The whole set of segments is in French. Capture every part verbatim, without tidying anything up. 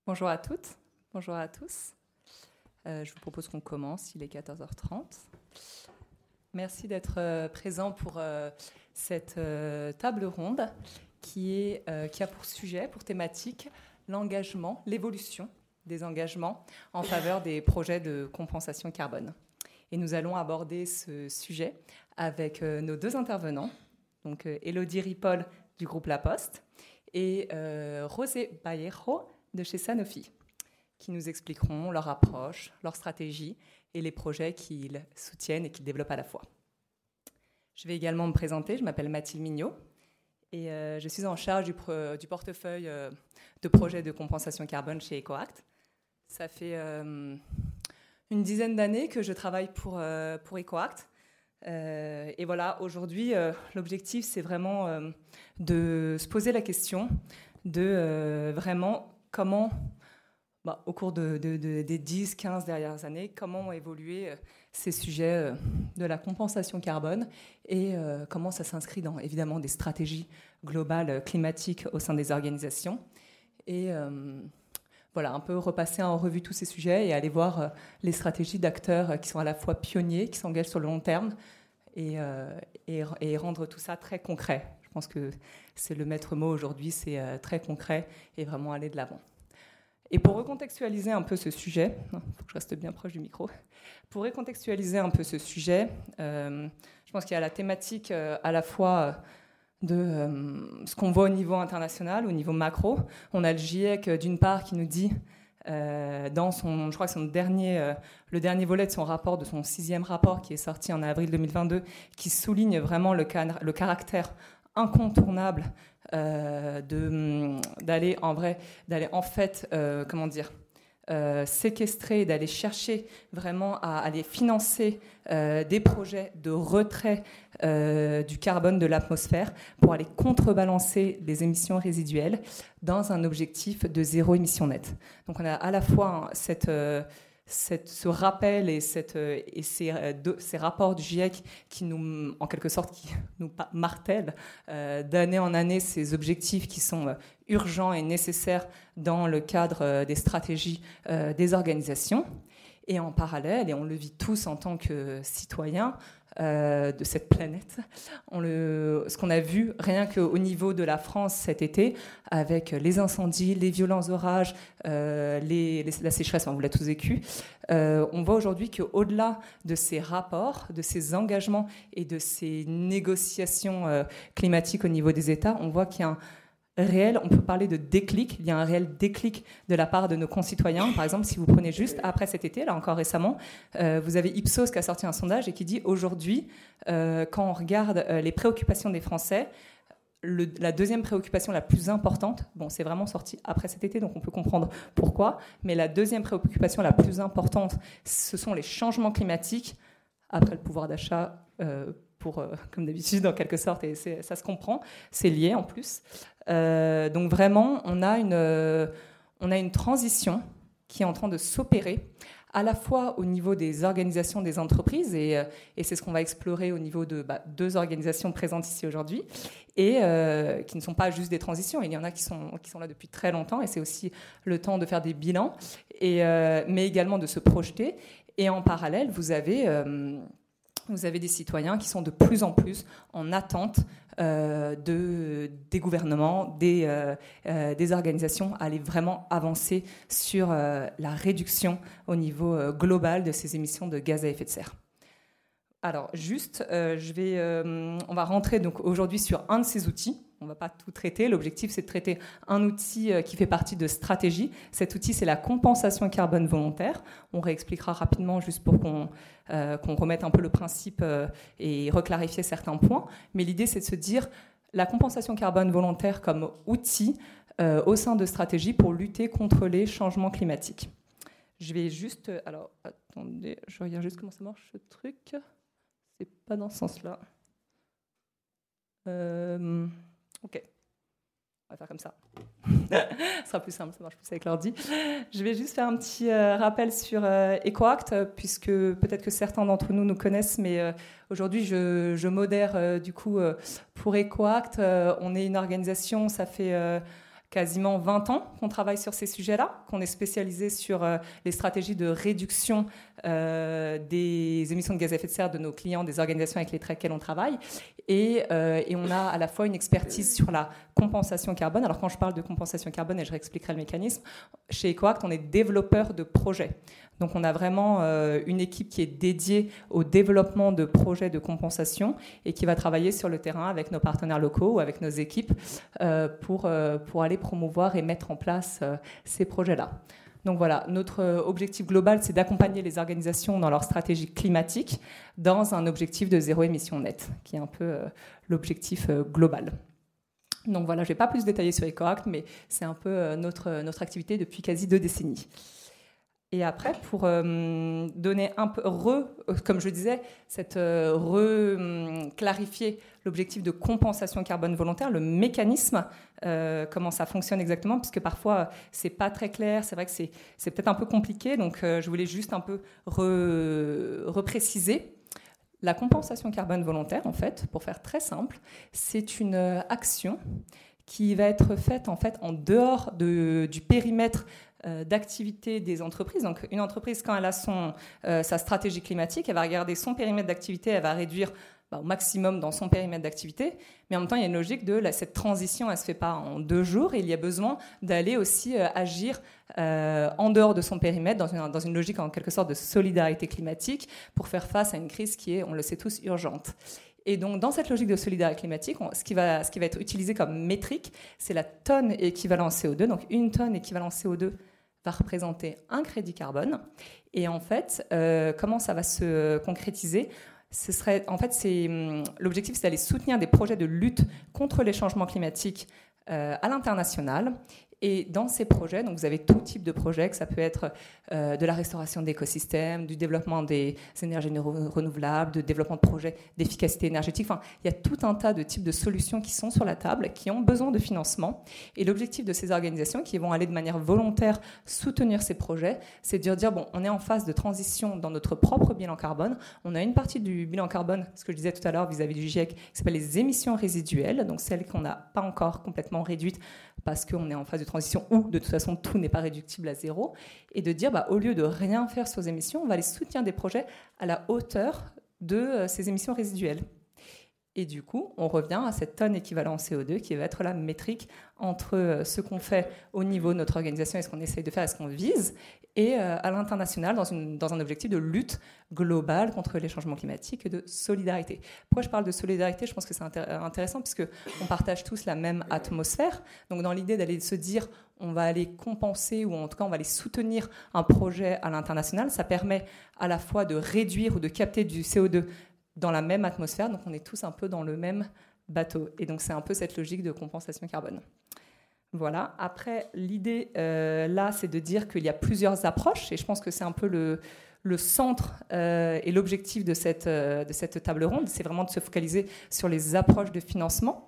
Bonjour à toutes, bonjour à tous. Euh, je vous propose qu'on commence, il est quatorze heures trente. Merci d'être euh, présents pour euh, cette euh, table ronde qui, est, euh, qui a pour sujet, pour thématique, l'engagement, l'évolution des engagements en faveur des projets de compensation carbone. Et nous allons aborder ce sujet avec euh, nos deux intervenants, donc euh, Élodie Ripoll du groupe La Poste et euh, José Vallejo de chez Sanofi, qui nous expliqueront leur approche, leur stratégie et les projets qu'ils soutiennent et qu'ils développent à la fois. Je vais également me présenter, je m'appelle Mathilde Mignot et euh, je suis en charge du, pro- du portefeuille euh, de projets de compensation carbone chez EcoAct. Ça fait euh, une dizaine d'années que je travaille pour, euh, pour EcoAct. Euh, et voilà, aujourd'hui, euh, l'objectif, c'est vraiment euh, de se poser la question de euh, vraiment comment, bah, au cours de, de, de, des dix quinze dernières années, comment ont évolué euh, ces sujets euh, de la compensation carbone et euh, comment ça s'inscrit dans, évidemment, des stratégies globales climatiques au sein des organisations. Et euh, voilà, un peu repasser en revue tous ces sujets et aller voir euh, les stratégies d'acteurs euh, qui sont à la fois pionniers, qui s'engagent sur le long terme et, euh, et, et rendre tout ça très concret. Je pense que c'est le maître mot aujourd'hui, c'est euh, très concret et vraiment aller de l'avant. Et pour recontextualiser un peu ce sujet, il faut que je reste bien proche du micro, pour recontextualiser un peu ce sujet, euh, je pense qu'il y a la thématique euh, à la fois de euh, ce qu'on voit au niveau international, au niveau macro. On a le GIEC euh, d'une part qui nous dit, euh, dans son, je crois que c'est son dernier, euh, le dernier volet de son rapport, de son sixième rapport qui est sorti en avril deux mille vingt-deux, qui souligne vraiment le, car- le caractère incontournable euh, de, d'aller en vrai, d'aller en fait, euh, comment dire, euh, séquestrer, d'aller chercher vraiment à aller financer euh, des projets de retrait euh, du carbone de l'atmosphère pour aller contrebalancer les émissions résiduelles dans un objectif de zéro émission nette. Donc on a à la fois hein, cette euh, Cette, ce rappel et, cette, et ces, de, ces rapports du GIEC qui nous, en quelque sorte, qui nous martèlent euh, d'année en année ces objectifs qui sont euh, urgents et nécessaires dans le cadre euh, des stratégies euh, des organisations. Et en parallèle, et on le vit tous en tant que citoyens euh, de cette planète, on le, ce qu'on a vu rien qu'au niveau de la France cet été, avec les incendies, les violents orages, euh, les, les, la sécheresse, on vous l'a tous vécu, euh, on voit aujourd'hui qu'au-delà de ces rapports, de ces engagements et de ces négociations euh, climatiques au niveau des États, on voit qu'il y a un réel, on peut parler de déclic, il y a un réel déclic de la part de nos concitoyens. Par exemple, si vous prenez juste après cet été, là encore récemment, euh, vous avez Ipsos qui a sorti un sondage et qui dit aujourd'hui, euh, quand on regarde euh, les préoccupations des Français, le, la deuxième préoccupation la plus importante, bon, c'est vraiment sorti après cet été, donc on peut comprendre pourquoi, mais la deuxième préoccupation la plus importante, ce sont les changements climatiques, après le pouvoir d'achat, euh, pour, euh, comme d'habitude, en quelque sorte, et c'est, ça se comprend, c'est lié en plus. Euh, donc vraiment, on a, une, euh, on a une transition qui est en train de s'opérer, à la fois au niveau des organisations des entreprises, et, euh, et c'est ce qu'on va explorer au niveau de bah, deux organisations présentes ici aujourd'hui, et euh, qui ne sont pas juste des transitions, il y en a qui sont, qui sont là depuis très longtemps, et c'est aussi le temps de faire des bilans, et, euh, mais également de se projeter. Et en parallèle, vous avez... Euh, Vous avez des citoyens qui sont de plus en plus en attente euh, de, des gouvernements, des, euh, euh, des organisations à aller vraiment avancer sur euh, la réduction au niveau euh, global de ces émissions de gaz à effet de serre. Alors, juste, euh, je vais, euh, on va rentrer donc aujourd'hui sur un de ces outils. On ne va pas tout traiter. L'objectif, c'est de traiter un outil euh, qui fait partie de stratégie. Cet outil, c'est la compensation carbone volontaire. On réexpliquera rapidement juste pour qu'on, euh, qu'on remette un peu le principe euh, et reclarifier certains points. Mais l'idée, c'est de se dire la compensation carbone volontaire comme outil euh, au sein de stratégie pour lutter contre les changements climatiques. Je vais juste... Alors, attendez, je regarde juste comment ça marche, ce truc. C'est pas dans ce sens-là. Euh, ok. On va faire comme ça. Ce sera plus simple, ça marche plus avec l'ordi. Je vais juste faire un petit euh, rappel sur euh, EcoAct, puisque peut-être que certains d'entre nous nous connaissent, mais euh, aujourd'hui, je, je modère euh, du coup euh, pour EcoAct. Euh, on est une organisation, ça fait... Euh, quasiment vingt ans qu'on travaille sur ces sujets-là, qu'on est spécialisé sur euh, les stratégies de réduction euh, des émissions de gaz à effet de serre de nos clients, des organisations avec lesquelles on travaille. Et, euh, et on a à la fois une expertise sur la compensation carbone. Alors quand je parle de compensation carbone, et je réexpliquerai le mécanisme, chez EcoAct, on est développeur de projets. Donc on a vraiment euh, une équipe qui est dédiée au développement de projets de compensation et qui va travailler sur le terrain avec nos partenaires locaux ou avec nos équipes euh, pour, euh, pour aller promouvoir et mettre en place euh, ces projets-là. Donc voilà, notre objectif global, c'est d'accompagner les organisations dans leur stratégie climatique dans un objectif de zéro émission nette, qui est un peu euh, l'objectif euh, global. Donc voilà, je ne vais pas plus détailler sur EcoAct, mais c'est un peu euh, notre, notre activité depuis quasi deux décennies. Et après, pour euh, donner un peu, re, comme je disais, cette euh, re, clarifier l'objectif de compensation carbone volontaire, le mécanisme, euh, comment ça fonctionne exactement, puisque parfois c'est pas très clair, c'est vrai que c'est, c'est peut-être un peu compliqué, donc euh, je voulais juste un peu re, repréciser. La compensation carbone volontaire, en fait, pour faire très simple, c'est une action qui va être faite en fait en dehors de, du périmètre d'activité des entreprises. Donc une entreprise, quand elle a son, euh, sa stratégie climatique, elle va regarder son périmètre d'activité, elle va réduire bah, au maximum dans son périmètre d'activité, mais en même temps il y a une logique de là, cette transition, elle ne se fait pas en deux jours et il y a besoin d'aller aussi euh, agir euh, en dehors de son périmètre dans une, dans une logique en quelque sorte de solidarité climatique pour faire face à une crise qui est, on le sait tous, urgente. Et donc, dans cette logique de solidarité climatique, on, ce, qui va, ce qui va être utilisé comme métrique, c'est la tonne équivalent C O deux. Donc, une tonne équivalent C O deux va représenter un crédit carbone. Et en fait, euh, comment ça va se concrétiser ? Ce serait, en fait, c'est, l'objectif, c'est d'aller soutenir des projets de lutte contre les changements climatiques euh, à l'international. Et dans ces projets, donc vous avez tout type de projets, que ça peut être euh, de la restauration d'écosystèmes, du développement des énergies renouvelables, de développement de projets d'efficacité énergétique. Enfin, il y a tout un tas de types de solutions qui sont sur la table, qui ont besoin de financement. Et l'objectif de ces organisations, qui vont aller de manière volontaire soutenir ces projets, c'est de dire, bon, on est en phase de transition dans notre propre bilan carbone. On a une partie du bilan carbone, ce que je disais tout à l'heure vis-à-vis du GIEC, qui s'appelle les émissions résiduelles, donc celles qu'on n'a pas encore complètement réduites parce qu'on est en phase de transition ou de toute façon tout n'est pas réductible à zéro, et de dire bah, au lieu de rien faire sur les émissions, on va aller soutenir des projets à la hauteur de euh, ces émissions résiduelles. Et du coup, on revient à cette tonne équivalent C O deux qui va être la métrique entre euh, ce qu'on fait au niveau de notre organisation et ce qu'on essaye de faire et ce qu'on vise, et euh, à l'international dans, une, dans un objectif de lutte globale contre les changements climatiques et de solidarité. Pourquoi je parle de solidarité ? Je pense que c'est intér- intéressant puisqu'on partage tous la même atmosphère. Donc dans l'idée d'aller se dire on va aller compenser ou en tout cas on va aller soutenir un projet à l'international, ça permet à la fois de réduire ou de capter du C O deux dans la même atmosphère, donc on est tous un peu dans le même bateau. Et donc c'est un peu cette logique de compensation carbone. Voilà. Après, l'idée euh, là, c'est de dire qu'il y a plusieurs approches, et je pense que c'est un peu le, le centre euh, et l'objectif de cette, euh, de cette table ronde, c'est vraiment de se focaliser sur les approches de financement.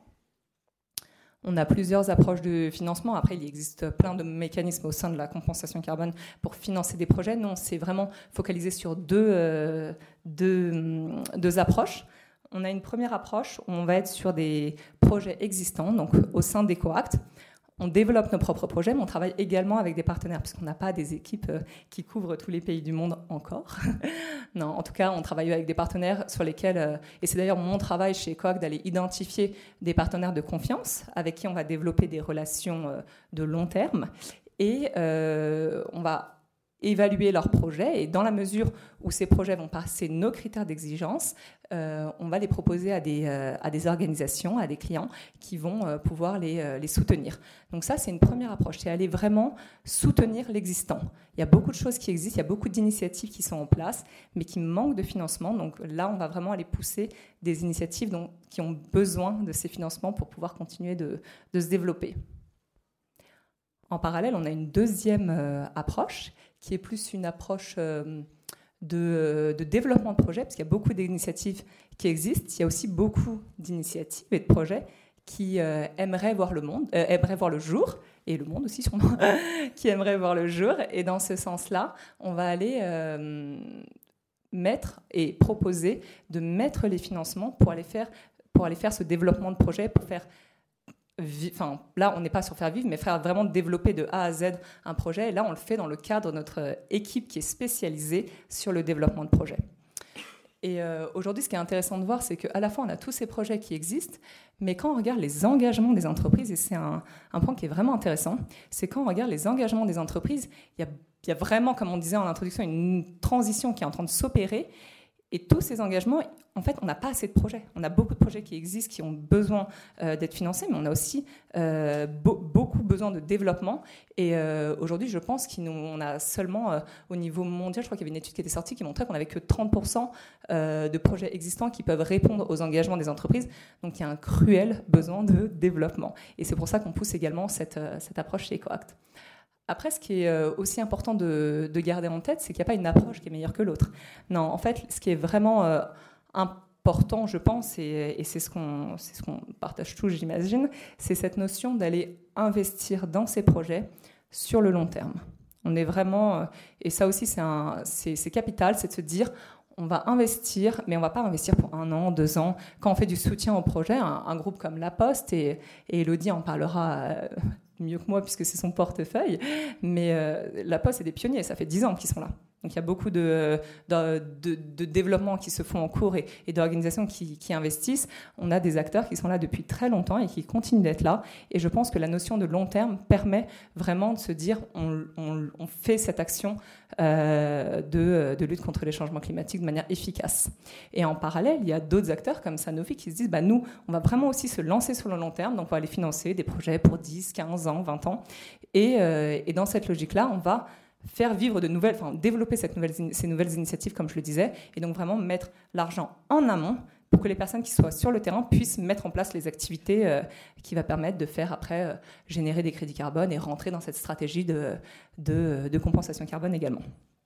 On a plusieurs approches de financement. Après, il existe plein de mécanismes au sein de la compensation carbone pour financer des projets. Nous, on s'est vraiment focalisé sur deux, euh, deux, deux approches. On a une première approche où on va être sur des projets existants, donc au sein d'EcoAct. On développe nos propres projets, mais on travaille également avec des partenaires, puisqu'on n'a pas des équipes qui couvrent tous les pays du monde encore. Non, en tout cas, on travaille avec des partenaires sur lesquels, et c'est d'ailleurs mon travail chez EcoAct d'aller identifier des partenaires de confiance avec qui on va développer des relations de long terme. Et euh, on va évaluer leurs projets, et dans la mesure où ces projets vont passer nos critères d'exigence, euh, on va les proposer à des, euh, à des organisations, à des clients qui vont euh, pouvoir les, euh, les soutenir. Donc ça, c'est une première approche, c'est aller vraiment soutenir l'existant. Il y a beaucoup de choses qui existent, il y a beaucoup d'initiatives qui sont en place, mais qui manquent de financement. Donc là, on va vraiment aller pousser des initiatives dont, qui ont besoin de ces financements pour pouvoir continuer de, de se développer. En parallèle, on a une deuxième euh, approche qui est plus une approche euh, de, de développement de projets, parce qu'il y a beaucoup d'initiatives qui existent. Il y a aussi beaucoup d'initiatives et de projets qui euh, aimeraient voir le monde, euh, aimeraient voir le jour, et le monde aussi sûrement, qui aimeraient voir le jour. Et dans ce sens-là, on va aller euh, mettre et proposer de mettre les financements pour aller faire, pour aller faire ce développement de projet, pour faire Enfin, là, on n'est pas sur faire vivre, mais faire vraiment développer de A à Z un projet. Et là, on le fait dans le cadre de notre équipe qui est spécialisée sur le développement de projets. Et euh, aujourd'hui, ce qui est intéressant de voir, c'est qu'à la fois, on a tous ces projets qui existent, mais quand on regarde les engagements des entreprises, et c'est un, un point qui est vraiment intéressant, c'est quand on regarde les engagements des entreprises, il y a, il y a vraiment, comme on disait en introduction, une transition qui est en train de s'opérer. Et tous ces engagements, en fait, on n'a pas assez de projets. On a beaucoup de projets qui existent, qui ont besoin euh, d'être financés, mais on a aussi euh, be- beaucoup besoin de développement. Et euh, aujourd'hui, je pense qu'on a seulement, euh, au niveau mondial, je crois qu'il y avait une étude qui était sortie qui montrait qu'on n'avait que trente pour cent euh, de projets existants qui peuvent répondre aux engagements des entreprises. Donc, il y a un cruel besoin de développement. Et c'est pour ça qu'on pousse également cette, euh, cette approche chez EcoAct. Après, ce qui est aussi important de, de garder en tête, c'est qu'il n'y a pas une approche qui est meilleure que l'autre. Non, en fait, ce qui est vraiment euh, important, je pense, et, et c'est ce qu'on, c'est ce qu'on partage tous, j'imagine, c'est cette notion d'aller investir dans ces projets sur le long terme. On est vraiment, et ça aussi, c'est, un, c'est, c'est capital, c'est de se dire, on va investir, mais on ne va pas investir pour un an, deux ans. Quand on fait du soutien au projet, un, un groupe comme La Poste, et, et Elodie en parlera euh, mieux que moi puisque c'est son portefeuille, mais euh, La Poste, c'est des pionniers, ça fait dix ans qu'ils sont là. Donc il y a beaucoup de, de, de, de développements qui se font en cours et, et d'organisations qui, qui investissent. On a des acteurs qui sont là depuis très longtemps et qui continuent d'être là. Et je pense que la notion de long terme permet vraiment de se dire on, on, on fait cette action euh, de, de lutte contre les changements climatiques de manière efficace. Et en parallèle, il y a d'autres acteurs comme Sanofi qui se disent bah, nous, on va vraiment aussi se lancer sur le long terme, donc on va aller financer des projets pour dix, quinze ans, vingt ans. Et, euh, et dans cette logique-là, on va faire vivre de nouvelles, enfin développer cette nouvelle, ces nouvelles initiatives, comme je le disais, et donc vraiment mettre l'argent en amont pour que les personnes qui soient sur le terrain puissent mettre en place les activités euh, qui va permettre de faire après euh, générer des crédits carbone et rentrer dans cette stratégie de, de, de compensation carbone également.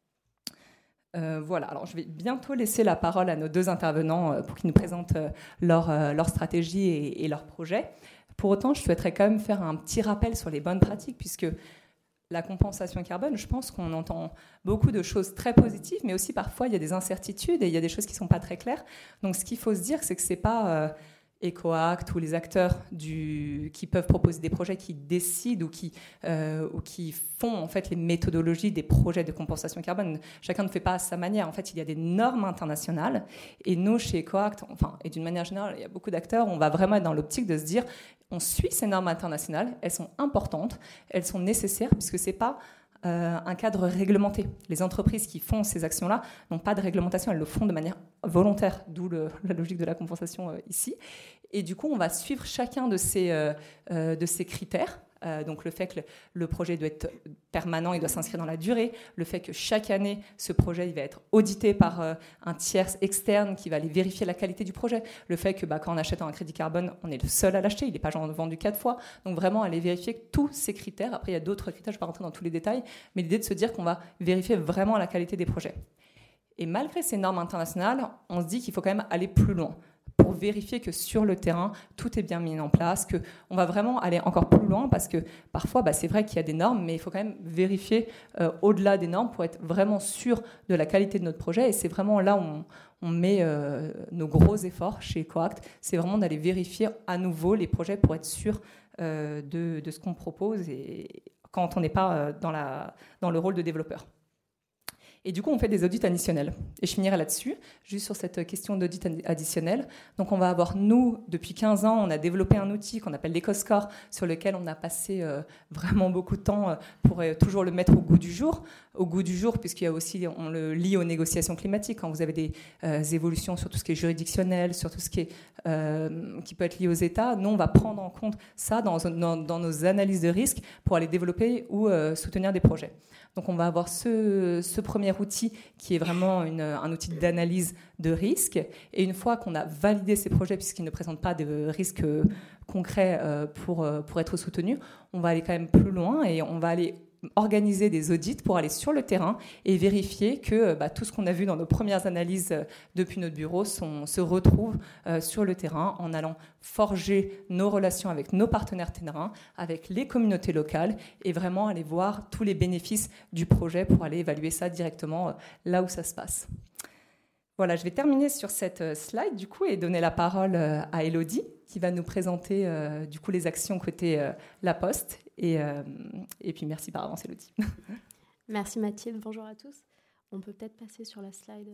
Euh, voilà, alors je vais bientôt laisser la parole à nos deux intervenants euh, pour qu'ils nous présentent euh, leur, euh, leur stratégie et, et leur projet. Pour autant, je souhaiterais quand même faire un petit rappel sur les bonnes pratiques, puisque la compensation carbone, je pense qu'on entend beaucoup de choses très positives, mais aussi parfois il y a des incertitudes et il y a des choses qui ne sont pas très claires. Donc ce qu'il faut se dire, c'est que ce n'est pas euh, EcoAct ou les acteurs du, qui peuvent proposer des projets qui décident ou qui, euh, ou qui font en fait les méthodologies des projets de compensation carbone. Chacun ne fait pas à sa manière. En fait, il y a des normes internationales et nous, chez EcoAct, enfin, et d'une manière générale, il y a beaucoup d'acteurs, on va vraiment être dans l'optique de se dire on suit ces normes internationales, elles sont importantes, elles sont nécessaires puisque ce n'est pas euh, un cadre réglementé. Les entreprises qui font ces actions-là n'ont pas de réglementation, elles le font de manière volontaire, d'où le, la logique de la compensation euh, ici. Et du coup, on va suivre chacun de ces, euh, euh, de ces critères. Euh, donc le fait que le, le projet doit être permanent, il doit s'inscrire dans la durée, le fait que chaque année, ce projet il va être audité par euh, un tiers externe qui va aller vérifier la qualité du projet, le fait que bah, quand on achète un crédit carbone, on est le seul à l'acheter, il n'est pas genre vendu quatre fois, donc vraiment aller vérifier tous ces critères. Après, il y a d'autres critères, je ne vais pas rentrer dans tous les détails, mais l'idée de se dire qu'on va vérifier vraiment la qualité des projets. Et malgré ces normes internationales, on se dit qu'il faut quand même aller plus loin pour vérifier que sur le terrain, tout est bien mis en place, qu'on va vraiment aller encore plus loin parce que parfois, bah, c'est vrai qu'il y a des normes, mais il faut quand même vérifier euh, au-delà des normes pour être vraiment sûr de la qualité de notre projet. Et c'est vraiment là où on, on met euh, nos gros efforts chez EcoAct, c'est vraiment d'aller vérifier à nouveau les projets pour être sûr euh, de, de ce qu'on propose et quand on n'est pas euh, dans, la, dans le rôle de développeur. Et du coup, on fait des audits additionnels. Et je finirai là-dessus, juste sur cette question d'audit additionnel. Donc, on va avoir, nous, depuis quinze ans, on a développé un outil qu'on appelle l'EcoScore, sur lequel on a passé euh, vraiment beaucoup de temps euh, pour euh, toujours le mettre au goût du jour. Au goût du jour, puisqu'il y a aussi, on le lie aux négociations climatiques. Quand vous avez des euh, évolutions sur tout ce qui est juridictionnel, sur tout ce qui, est, euh, qui peut être lié aux États, nous, on va prendre en compte ça dans, dans, dans nos analyses de risque pour aller développer ou euh, soutenir des projets. Donc, on va avoir ce, ce premier outil qui est vraiment une, un outil d'analyse de risque. Et une fois qu'on a validé ces projets, puisqu'ils ne présentent pas de risques concrets pour, pour être soutenus, on va aller quand même plus loin et on va aller organiser des audits pour aller sur le terrain et vérifier que bah, tout ce qu'on a vu dans nos premières analyses euh, depuis notre bureau sont, se retrouve euh, sur le terrain en allant forger nos relations avec nos partenaires terrain, avec les communautés locales et vraiment aller voir tous les bénéfices du projet pour aller évaluer ça directement euh, là où ça se passe. Voilà, je vais terminer sur cette slide du coup et donner la parole à Elodie qui va nous présenter euh, du coup les actions côté euh, La Poste. Et, euh, et puis merci par avance Elodie. Merci Mathilde, bonjour à tous. On peut peut-être passer sur la slide.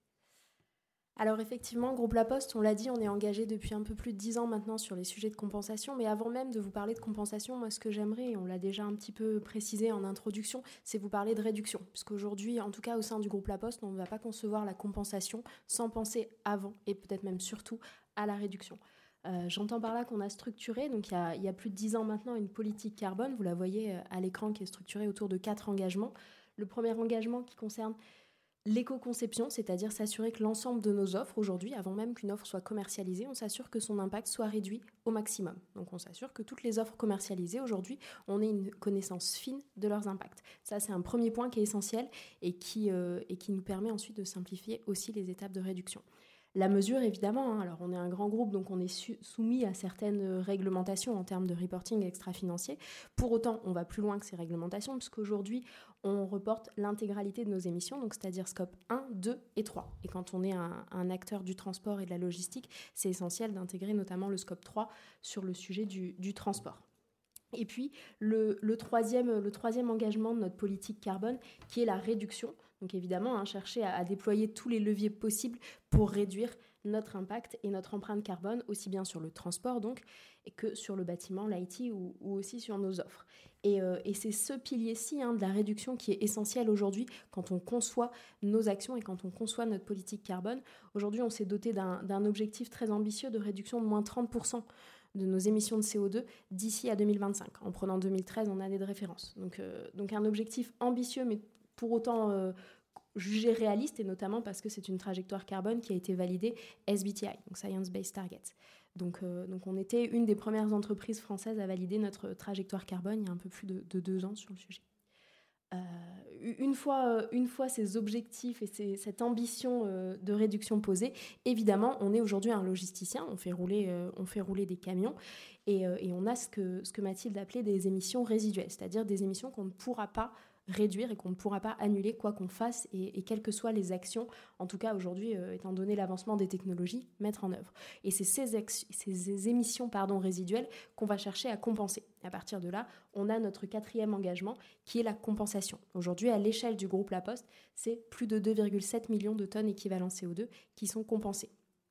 Alors effectivement, Groupe La Poste, on l'a dit, on est engagé depuis un peu plus de dix ans maintenant sur les sujets de compensation. Mais avant même de vous parler de compensation, moi ce que j'aimerais, et on l'a déjà un petit peu précisé en introduction, c'est vous parler de réduction. Puisqu'aujourd'hui, en tout cas au sein du Groupe La Poste, on ne va pas concevoir la compensation sans penser avant et peut-être même surtout à la réduction. Euh, j'entends par là qu'on a structuré, donc il y a, il y a plus de dix ans maintenant, une politique carbone. Vous la voyez à l'écran qui est structurée autour de quatre engagements. Le premier engagement qui concerne l'éco-conception, c'est-à-dire s'assurer que l'ensemble de nos offres aujourd'hui, avant même qu'une offre soit commercialisée, on s'assure que son impact soit réduit au maximum. Donc on s'assure que toutes les offres commercialisées aujourd'hui, on ait une connaissance fine de leurs impacts. Ça, c'est un premier point qui est essentiel et qui, euh, et qui nous permet ensuite de simplifier aussi les étapes de réduction. La mesure, évidemment, hein, alors on est un grand groupe, donc on est su- soumis à certaines réglementations en termes de reporting extra-financier. Pour autant, on va plus loin que ces réglementations, puisqu'aujourd'hui, on reporte l'intégralité de nos émissions, donc c'est-à-dire scope un, deux et trois. Et quand on est un, un acteur du transport et de la logistique, c'est essentiel d'intégrer notamment le scope trois sur le sujet du, du transport. Et puis, le, le, troisième, le troisième engagement de notre politique carbone, qui est la réduction. Donc évidemment, hein, chercher à, à déployer tous les leviers possibles pour réduire notre impact et notre empreinte carbone, aussi bien sur le transport donc, que sur le bâtiment, l'I T ou, ou aussi sur nos offres. Et, euh, et c'est ce pilier-ci hein, de la réduction qui est essentiel aujourd'hui quand on conçoit nos actions et quand on conçoit notre politique carbone. Aujourd'hui, on s'est doté d'un, d'un objectif très ambitieux de réduction de moins trente pour cent de nos émissions de C O deux d'ici à deux mille vingt-cinq, en prenant deux mille treize en année de référence. Donc, euh, donc un objectif ambitieux, mais pour autant euh, jugé réaliste, et notamment parce que c'est une trajectoire carbone qui a été validée S B T I, donc Science Based Targets. Donc, euh, donc on était une des premières entreprises françaises à valider notre trajectoire carbone il y a un peu plus de, de deux ans sur le sujet. Euh, une, fois, une fois ces objectifs et ces, cette ambition euh, de réduction posée, évidemment, on est aujourd'hui un logisticien, on fait rouler, euh, on fait rouler des camions et, euh, et on a ce que, ce que Mathilde appelait des émissions résiduelles, c'est-à-dire des émissions qu'on ne pourra pas réduire et qu'on ne pourra pas annuler quoi qu'on fasse et, et quelles que soient les actions, en tout cas aujourd'hui, euh, étant donné l'avancement des technologies, mettre en œuvre. Et c'est ces, ex- ces émissions pardon, résiduelles qu'on va chercher à compenser. Et à partir de là, on a notre quatrième engagement qui est la compensation. Aujourd'hui, à l'échelle du groupe La Poste, c'est plus de deux virgule sept millions de tonnes équivalent C O deux qui sont compensées.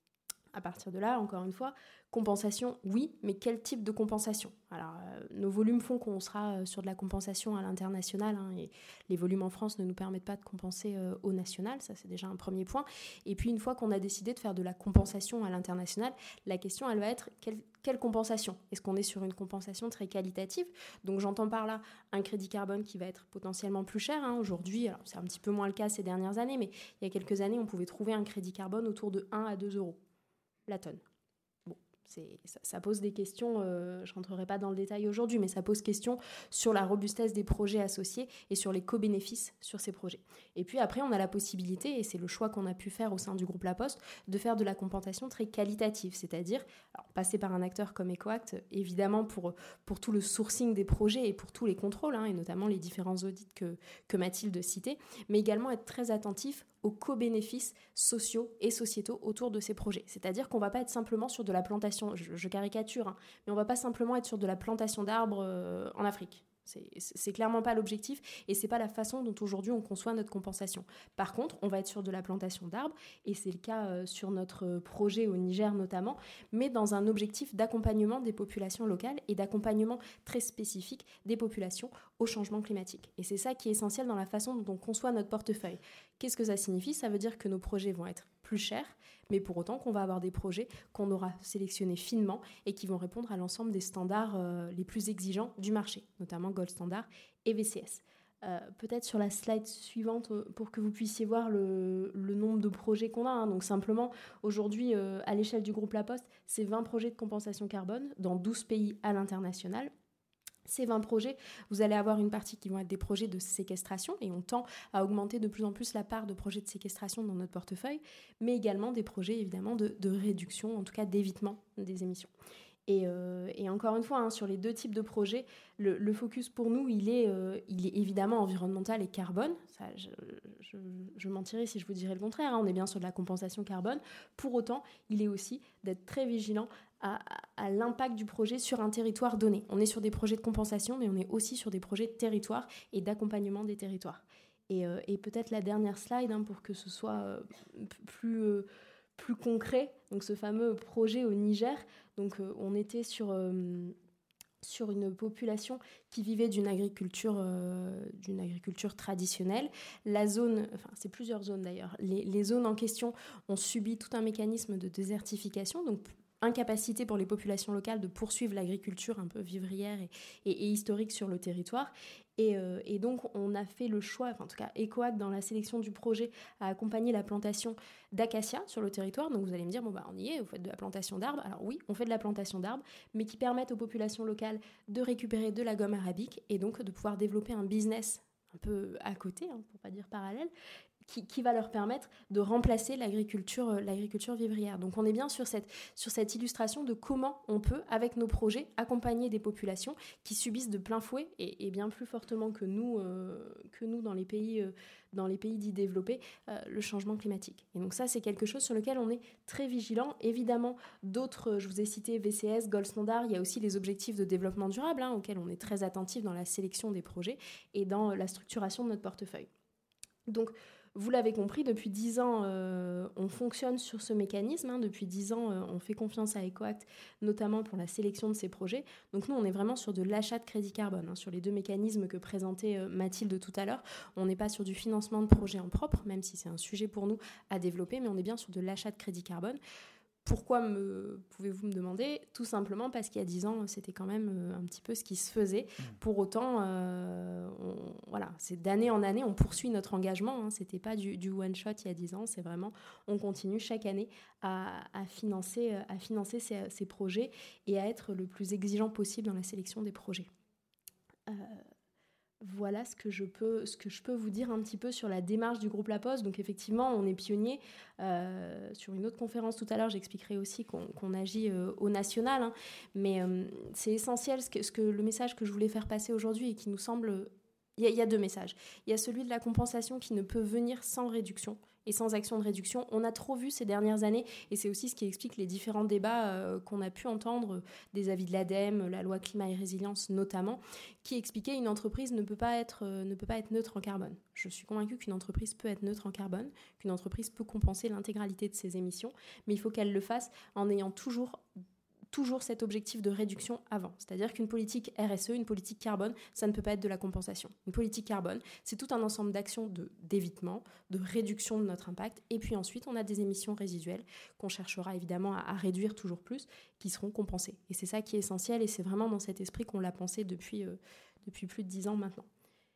À partir de là, encore une fois, compensation, oui, mais quel type de compensation ? Alors, euh, nos volumes font qu'on sera sur de la compensation à l'international, hein, et les volumes en France ne nous permettent pas de compenser euh, au national, ça c'est déjà un premier point. Et puis, une fois qu'on a décidé de faire de la compensation à l'international, la question, elle va être quelle, quelle compensation ? Est-ce qu'on est sur une compensation très qualitative ? Donc, j'entends par là un crédit carbone qui va être potentiellement plus cher. Hein, aujourd'hui, alors, c'est un petit peu moins le cas ces dernières années, mais il y a quelques années, on pouvait trouver un crédit carbone autour de un à deux euros la tonne. Bon, c'est, ça, ça pose des questions, euh, je ne rentrerai pas dans le détail aujourd'hui, mais ça pose question sur la robustesse des projets associés et sur les co-bénéfices sur ces projets. Et puis après, on a la possibilité, et c'est le choix qu'on a pu faire au sein du groupe La Poste, de faire de la compensation très qualitative, c'est-à-dire alors, passer par un acteur comme EcoAct, évidemment pour, pour tout le sourcing des projets et pour tous les contrôles, hein, et notamment les différents audits que, que Mathilde citait, mais également être très attentif aux co-bénéfices sociaux et sociétaux autour de ces projets. C'est-à-dire qu'on ne va pas être simplement sur de la plantation, je, je caricature, hein, mais on ne va pas simplement être sur de la plantation d'arbres euh, en Afrique. C'est, c'est clairement pas l'objectif et c'est pas la façon dont aujourd'hui on conçoit notre compensation. Par contre, on va être sur de la plantation d'arbres et c'est le cas euh, sur notre projet au Niger notamment, mais dans un objectif d'accompagnement des populations locales et d'accompagnement très spécifique des populations au changement climatique. Et c'est ça qui est essentiel dans la façon dont on conçoit notre portefeuille. Qu'est-ce que ça signifie ? Ça veut dire que nos projets vont être plus chers, mais pour autant qu'on va avoir des projets qu'on aura sélectionnés finement et qui vont répondre à l'ensemble des standards euh, les plus exigeants du marché, notamment Gold Standard et V C S. Euh, peut-être sur la slide suivante pour que vous puissiez voir le, le nombre de projets qu'on a. Hein. Donc simplement, aujourd'hui, euh, à l'échelle du groupe La Poste, c'est vingt projets de compensation carbone dans douze pays à l'international. Ces vingt projets, vous allez avoir une partie qui vont être des projets de séquestration et on tend à augmenter de plus en plus la part de projets de séquestration dans notre portefeuille, mais également des projets évidemment de, de réduction, en tout cas d'évitement des émissions. Et, euh, et encore une fois, hein, sur les deux types de projets, le, le focus pour nous, il est, euh, il est évidemment environnemental et carbone. Ça, je, je, je mentirais si je vous dirais le contraire, hein, on est bien sur de la compensation carbone. Pour autant, il est aussi d'être très vigilant à, à, à l'impact du projet sur un territoire donné. On est sur des projets de compensation, mais on est aussi sur des projets de territoire et d'accompagnement des territoires. Et, euh, et peut-être la dernière slide, hein, pour que ce soit euh, plus... Euh, plus concret, donc ce fameux projet au Niger. Donc euh, on était sur, euh, sur une population qui vivait d'une agriculture, euh, d'une agriculture traditionnelle. La zone, enfin c'est plusieurs zones d'ailleurs, les, les zones en question ont subi tout un mécanisme de désertification, donc incapacité pour les populations locales de poursuivre l'agriculture un peu vivrière et, et, et historique sur le territoire. Et, euh, et donc, on a fait le choix, enfin, en tout cas, EcoAct, dans la sélection du projet, a accompagné la plantation d'acacia sur le territoire. Donc, vous allez me dire, bon, bah, on y est, vous faites de la plantation d'arbres. Alors oui, on fait de la plantation d'arbres, mais qui permettent aux populations locales de récupérer de la gomme arabique et donc de pouvoir développer un business un peu à côté, hein, pour ne pas dire parallèle, Qui, qui va leur permettre de remplacer l'agriculture, euh, l'agriculture vivrière. Donc on est bien sur cette, sur cette illustration de comment on peut, avec nos projets, accompagner des populations qui subissent de plein fouet, et, et bien plus fortement que nous, euh, que nous dans les pays, euh, dans les pays dits développés, euh, le changement climatique. Et donc ça, c'est quelque chose sur lequel on est très vigilant. Évidemment, d'autres, je vous ai cité V C S, Gold Standard, il y a aussi les objectifs de développement durable, hein, auxquels on est très attentif dans la sélection des projets et dans la structuration de notre portefeuille. Donc, vous l'avez compris, depuis dix ans, euh, on fonctionne sur ce mécanisme. Hein. Depuis dix ans, euh, on fait confiance à EcoAct, notamment pour la sélection de ces projets. Donc nous, on est vraiment sur de l'achat de crédit carbone. Hein. Sur les deux mécanismes que présentait euh, Mathilde tout à l'heure, on n'est pas sur du financement de projets en propre, même si c'est un sujet pour nous à développer, mais on est bien sur de l'achat de crédit carbone. Pourquoi me, pouvez-vous me demander ? Tout simplement parce qu'il y a dix ans, c'était quand même un petit peu ce qui se faisait. Pour autant, euh, on, voilà, c'est d'année en année, on poursuit notre engagement. Hein. Ce n'était pas du, du one-shot il y a dix ans, c'est vraiment, on continue chaque année à, à financer, à financer ces, ces projets et à être le plus exigeant possible dans la sélection des projets. Euh, Voilà ce que, je peux, ce que je peux vous dire un petit peu sur la démarche du groupe La Poste. Donc effectivement, on est pionnier. Euh, sur une autre conférence tout à l'heure, j'expliquerai aussi qu'on, qu'on agit euh, au national. Hein. Mais euh, c'est essentiel, ce que, ce que, le message que je voulais faire passer aujourd'hui et qui nous semble... Il y, il y a deux messages. Il y a celui de la compensation qui ne peut venir sans réduction et sans action de réduction. On a trop vu ces dernières années, et c'est aussi ce qui explique les différents débats euh, qu'on a pu entendre, des avis de l'ADEME, la loi climat et résilience notamment, qui expliquaient qu'une entreprise ne peut pas être, euh, ne peut pas être neutre en carbone. Je suis convaincue qu'une entreprise peut être neutre en carbone, qu'une entreprise peut compenser l'intégralité de ses émissions, mais il faut qu'elle le fasse en ayant toujours... toujours cet objectif de réduction avant. C'est-à-dire qu'une politique R S E, une politique carbone, ça ne peut pas être de la compensation. Une politique carbone, c'est tout un ensemble d'actions de, d'évitement, de réduction de notre impact. Et puis ensuite, on a des émissions résiduelles qu'on cherchera évidemment à, à réduire toujours plus, qui seront compensées. Et c'est ça qui est essentiel, et c'est vraiment dans cet esprit qu'on l'a pensé depuis, euh, depuis plus de dix ans maintenant.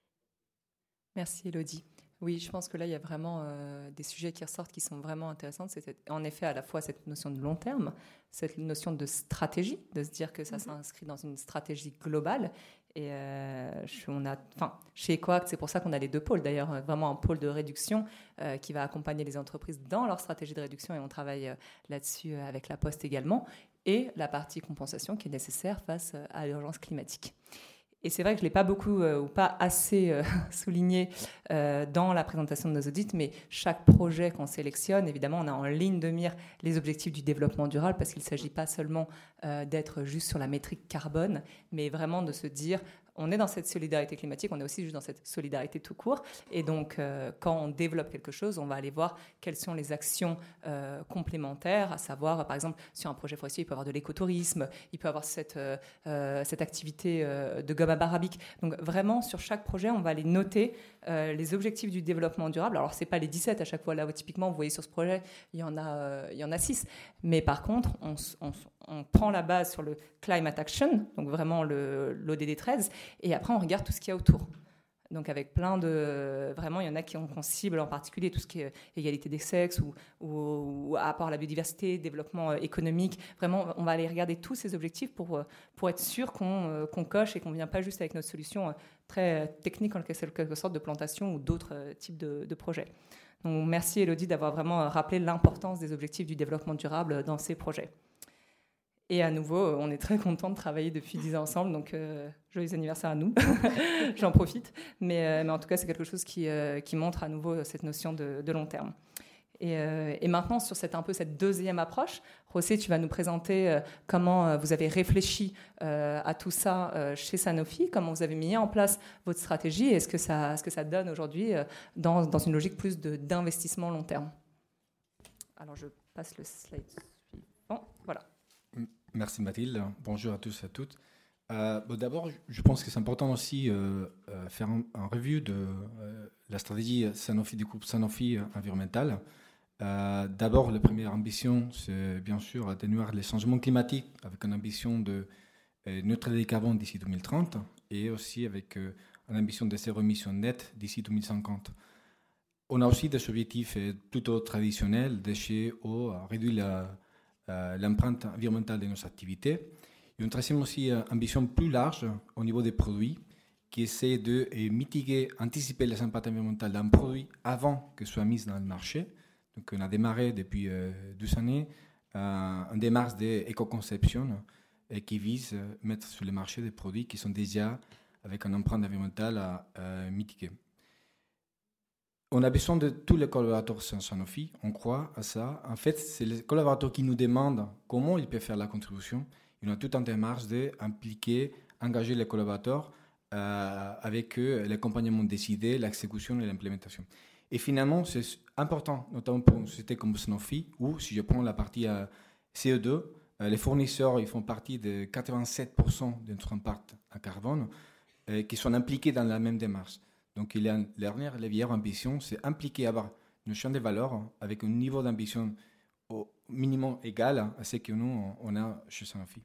Merci Élodie. Oui, je pense que là, il y a vraiment euh, des sujets qui ressortent qui sont vraiment intéressants. C'est cette, en effet à la fois cette notion de long terme, cette notion de stratégie, de se dire que ça mm-hmm. s'inscrit dans une stratégie globale. Et euh, on a, enfin, chez EcoAct, c'est pour ça qu'on a les deux pôles. D'ailleurs, vraiment un pôle de réduction euh, qui va accompagner les entreprises dans leur stratégie de réduction, et on travaille euh, là-dessus euh, avec La Poste également, et la partie compensation qui est nécessaire face euh, à l'urgence climatique. Et c'est vrai que je ne l'ai pas beaucoup euh, ou pas assez euh, souligné euh, dans la présentation de nos audits, mais chaque projet qu'on sélectionne, évidemment, on a en ligne de mire les objectifs du développement durable, parce qu'il ne s'agit pas seulement euh, d'être juste sur la métrique carbone, mais vraiment de se dire... On est dans cette solidarité climatique, on est aussi juste dans cette solidarité tout court. Et donc, euh, quand on développe quelque chose, on va aller voir quelles sont les actions euh, complémentaires, à savoir, par exemple, sur un projet forestier, il peut y avoir de l'écotourisme, il peut y avoir cette, euh, cette activité euh, de gomme arabique. Donc, vraiment, sur chaque projet, on va aller noter euh, les objectifs du développement durable. Alors, ce n'est pas les dix-sept à chaque fois. Là, typiquement, vous voyez sur ce projet, il y en a, euh, il y en a six. Mais par contre, on, on, on prend la base sur le Climate Action, donc vraiment le, l'O D D treize, et après, on regarde tout ce qu'il y a autour. Donc, avec plein de... Vraiment, il y en a qui ont qu'on cible en particulier tout ce qui est égalité des sexes ou, ou, ou apport à la biodiversité, développement économique. Vraiment, on va aller regarder tous ces objectifs pour, pour être sûr qu'on, qu'on coche et qu'on ne vient pas juste avec notre solution très technique, en quelque sorte, de plantation ou d'autres types de, de projets. Donc, merci Élodie d'avoir vraiment rappelé l'importance des objectifs du développement durable dans ces projets. Et à nouveau, on est très content de travailler depuis dix ans ensemble, donc euh, joyeux anniversaire à nous, j'en profite. Mais, euh, mais en tout cas, c'est quelque chose qui, euh, qui montre à nouveau cette notion de, de long terme. Et, euh, et maintenant, sur cette, un peu cette deuxième approche, José, tu vas nous présenter euh, comment euh, vous avez réfléchi euh, à tout ça euh, chez Sanofi, comment vous avez mis en place votre stratégie et ce que ça, ce que ça donne aujourd'hui euh, dans, dans une logique plus de, d'investissement long terme. Alors, je passe le slide suivant. Voilà. Merci Mathilde. Bonjour à tous et à toutes. Euh, bon, d'abord, je pense que c'est important aussi euh, euh, faire un, un review de euh, la stratégie Sanofi du groupe Sanofi environnemental. Euh, d'abord, la première ambition, c'est bien sûr atténuer les changements climatiques avec une ambition de euh, neutralité carbone d'ici deux mille trente et aussi avec euh, une ambition de zéro émission nette d'ici deux mille cinquante. On a aussi des objectifs euh, plutôt traditionnels, déchets, eau, réduire la Euh, l'empreinte environnementale de nos activités. Et on trace aussi une ambition plus large au niveau des produits qui essaie de euh, mitiguer, anticiper les impacts environnementaux d'un produit avant que soit mis dans le marché. Donc on a démarré depuis euh, deux années euh, une démarche d'éco-conception euh, qui vise à mettre sur le marché des produits qui sont déjà avec une empreinte environnementale à euh, mitiguer. On a besoin de tous les collaborateurs sur Sanofi, on croit à ça. En fait, c'est les collaborateurs qui nous demandent comment ils peuvent faire la contribution. On a tout un démarche d'impliquer, engager les collaborateurs euh, avec eux, l'accompagnement décidé, l'exécution et l'implémentation. Et finalement, c'est important, notamment pour une société comme Sanofi, où si je prends la partie euh, C O deux, euh, les fournisseurs ils font partie de quatre-vingt-sept pour cent de notre impact en carbone, euh, qui sont impliqués dans la même démarche. Donc, il y a une dernière levière ambition, c'est impliquer, avoir une chaîne de valeur avec un niveau d'ambition au minimum égal à ce que nous, on a chez Sanofi.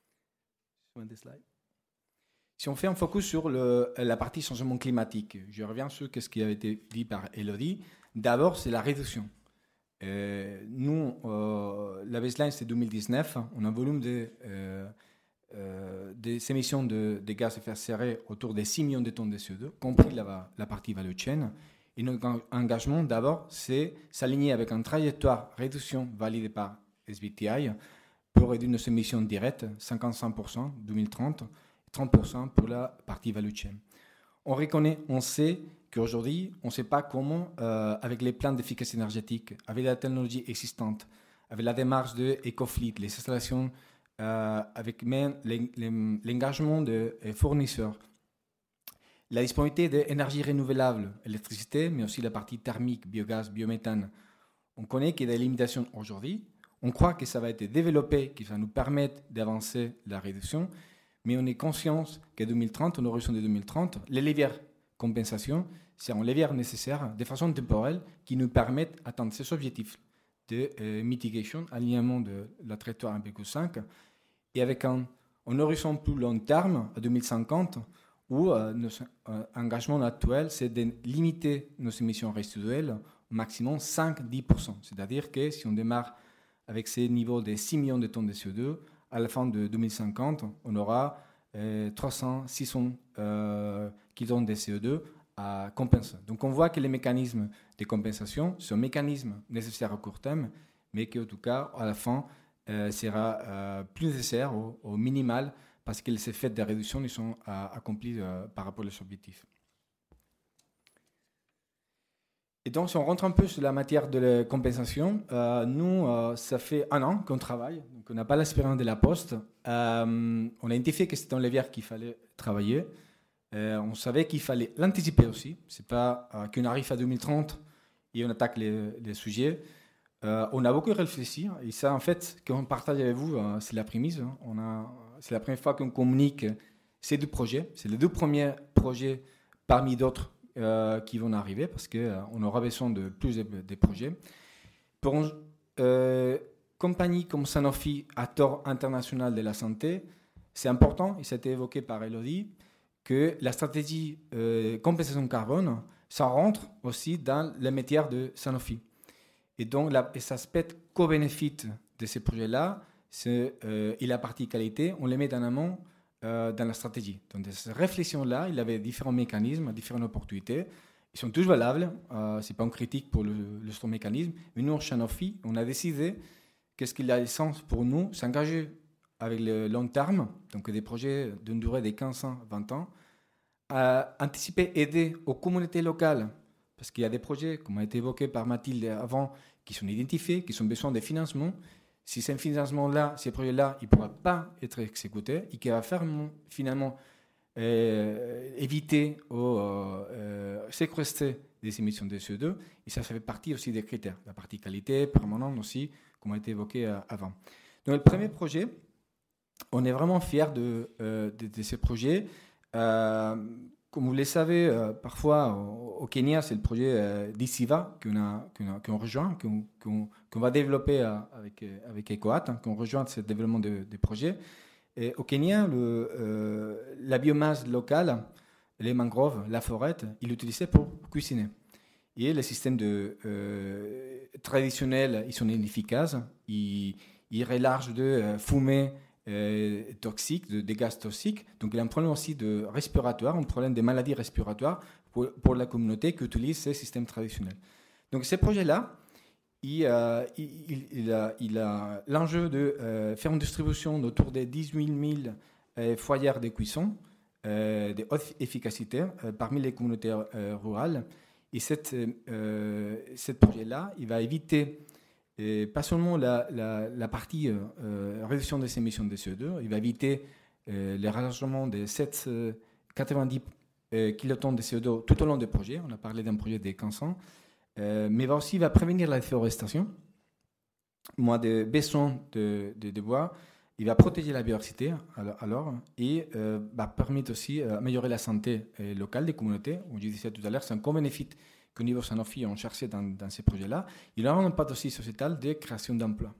Si on fait un focus sur le, la partie changement climatique, je reviens sur ce qui a été dit par Elodie. D'abord, c'est la réduction. Euh, nous, euh, la baseline, c'est deux mille dix-neuf. On a un volume de... Euh, Euh, des émissions de, de gaz à effet de serre autour de six millions de tonnes de C O deux, compris la, la partie value chain. Et notre engagement, d'abord, c'est s'aligner avec une trajectoire réduction validée par S B T I pour réduire nos émissions directes, cinquante-cinq pour cent deux mille trente, trente pour cent pour la partie value chain. On reconnaît, on sait qu'aujourd'hui, on ne sait pas comment, euh, avec les plans d'efficacité énergétique, avec la technologie existante, avec la démarche de EcoFleet, les installations Euh, avec même l'engagement des fournisseurs, la disponibilité d'énergie renouvelable, électricité, mais aussi la partie thermique, biogaz, biométhane. On connaît qu'il y a des limitations aujourd'hui. On croit que ça va être développé, que ça va nous permettre d'avancer la réduction, mais on est conscient qu'à deux mille trente, en horizon de deux mille trente, les leviers compensation, c'est un levier nécessaire de façon temporelle qui nous permettent d'atteindre ces objectifs de euh, mitigation, alignement de la trajectoire un P Q cinq, et avec un, un horizon plus long terme, à deux mille cinquante, où euh, notre euh, engagement actuel, c'est de limiter nos émissions résiduelles au maximum cinq à dix pour cent. C'est-à-dire que si on démarre avec ces niveaux de six millions de tonnes de C O deux, à la fin de deux mille cinquante, on aura euh, trois cents à six cents euh, kilos de C O deux à compenser. Donc on voit que les mécanismes de compensation sont mécanismes nécessaires à court terme, mais qu'en tout cas, à la fin, euh, sera euh, plus nécessaire au, au minimal parce que les effets de réduction ils sont euh, accomplis euh, par rapport aux objectifs. Et donc, si on rentre un peu sur la matière de la compensation, euh, nous, euh, ça fait un an qu'on travaille, donc on n'a pas l'expérience de la Poste. Euh, on a identifié que c'était un levier qu'il fallait travailler. Euh, on savait qu'il fallait l'anticiper aussi. Ce n'est pas euh, qu'on arrive à deux mille trente et on attaque les, les sujets. Euh, on a beaucoup réfléchi. Et ça, en fait, qu'on partage avec vous, euh, c'est la prémisse. Hein. On a, c'est la première fois qu'on communique ces deux projets. C'est les deux premiers projets parmi d'autres euh, qui vont arriver parce qu'on euh, aura besoin de plus de, de projets. Pour une euh, compagnie comme Sanofi, acteur international de la santé, c'est important, et ça a été évoqué par Elodie, que la stratégie euh, compensation carbone, ça rentre aussi dans les métiers de Sanofi. Et donc, la, et cet aspect co-bénéfice de ces projets-là, c'est, euh, et la partie qualité, on les met en amont euh, dans la stratégie. Donc, ces réflexions-là, il y avait différents mécanismes, différentes opportunités. Ils sont tous valables. Euh, ce n'est pas une critique pour le, le mécanisme. Mais nous, chez Sanofi, on a décidé qu'est-ce qu'il a de sens pour nous, s'engager avec le long terme, donc des projets d'une durée de quinze ans, vingt ans, à anticiper, aider aux communautés locales, parce qu'il y a des projets, comme a été évoqué par Mathilde avant, qui sont identifiés, qui ont besoin de financement. Si ce financement-là, ces projets-là, il ne pourra pas être exécuté, et qui va faire finalement euh, éviter ou euh, séquestrer des émissions de C O deux, et ça, ça fait partie aussi des critères. La partie qualité, permanente aussi, comme a été évoqué euh, avant. Donc, le premier projet, on est vraiment fiers de, euh, de, de ce projet. Euh, comme vous le savez, euh, parfois au, au Kenya, c'est le projet euh, d'Isiva qu'on a, qu'on a, qu'on rejoint, qu'on, qu'on, qu'on va développer euh, avec, avec EcoHat, hein, qu'on rejoint ce développement de, de projets. Et au Kenya, le, euh, la biomasse locale, les mangroves, la forêt, ils l'utilisaient pour cuisiner. Et les systèmes de, euh, traditionnels, ils sont inefficaces. Ils, ils relargent de euh, fumée euh, toxique, de, de gaz toxiques. Donc il y a un problème aussi de respiratoire, un problème de maladies respiratoires pour, pour la communauté qui utilise ces systèmes traditionnels. Donc ces projets-là, il, euh, il, il, il, a, il a l'enjeu de euh, faire une distribution d'autour de dix-huit mille euh, foyers de cuisson euh, de haute efficacité euh, parmi les communautés euh, rurales. Et cette, euh, ce projet-là, il va éviter euh, pas seulement la, la, la partie euh, réduction des émissions de C O deux, il va éviter euh, le rallongement de sept cent quatre-vingt-dix euh, kilotonnes de C O deux tout au long du projet. On a parlé d'un projet de quinze ans. Euh, mais va aussi va prévenir la déforestation, moins de besoin de, de, de bois. Il va protéger la biodiversité alors, et euh, va permettre aussi d'améliorer la santé euh, locale des communautés. Comme je disais tout à l'heure, c'est un co-bénéfice qu'au niveau Sanofi, on cherchait dans, dans ces projets-là. Il a un impact aussi sociétal de création d'emplois.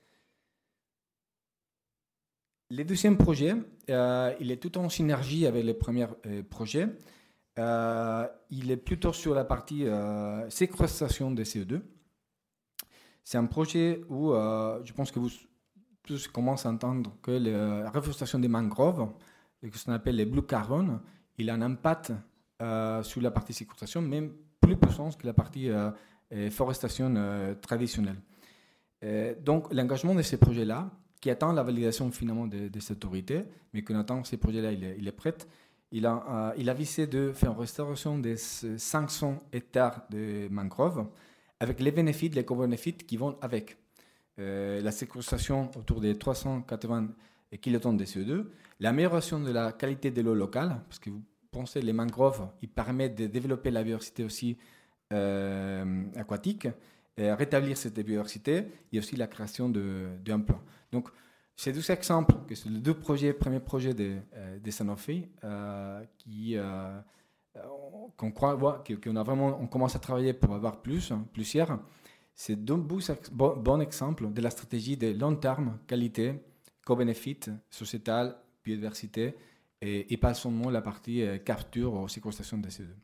Le deuxième projet, euh, il est tout en synergie avec le premier euh, projet. Euh, il est plutôt sur la partie euh, séquestration de C O deux. C'est un projet où euh, je pense que vous tous commencent à entendre que la reforestation des mangroves, ce qu'on appelle les blue carbon, il a un impact euh, sur la partie séquestration, même plus puissant que la partie euh, forestation euh, traditionnelle. Euh, donc l'engagement de ces projets-là, qui attend la validation finalement de, de cette autorité, mais qu'on attend ces projets-là, il est, il est prêt. Il a, euh, il a visé de faire une restauration de cinq cents hectares de mangroves avec les bénéfices, les co-bénéfices qui vont avec. Euh, la séquestration autour de trois cent quatre-vingts kilotonnes de C O deux, l'amélioration de la qualité de l'eau locale, parce que vous pensez les mangroves, ils permettent de développer la biodiversité aussi euh, aquatique, et rétablir cette biodiversité et aussi la création d'emplois. Donc, ces deux exemples, que sont les deux projets, premiers projets de, euh, de Sanofi, euh, qui, euh, qu'on croit, qu'on a vraiment, on commence à travailler pour avoir plus, plusieurs. C'est deux bons, bons exemples de la stratégie de long terme, qualité, co-bénéfice, sociétal, biodiversité, et, et pas seulement la partie euh, capture ou séquestration de C O deux.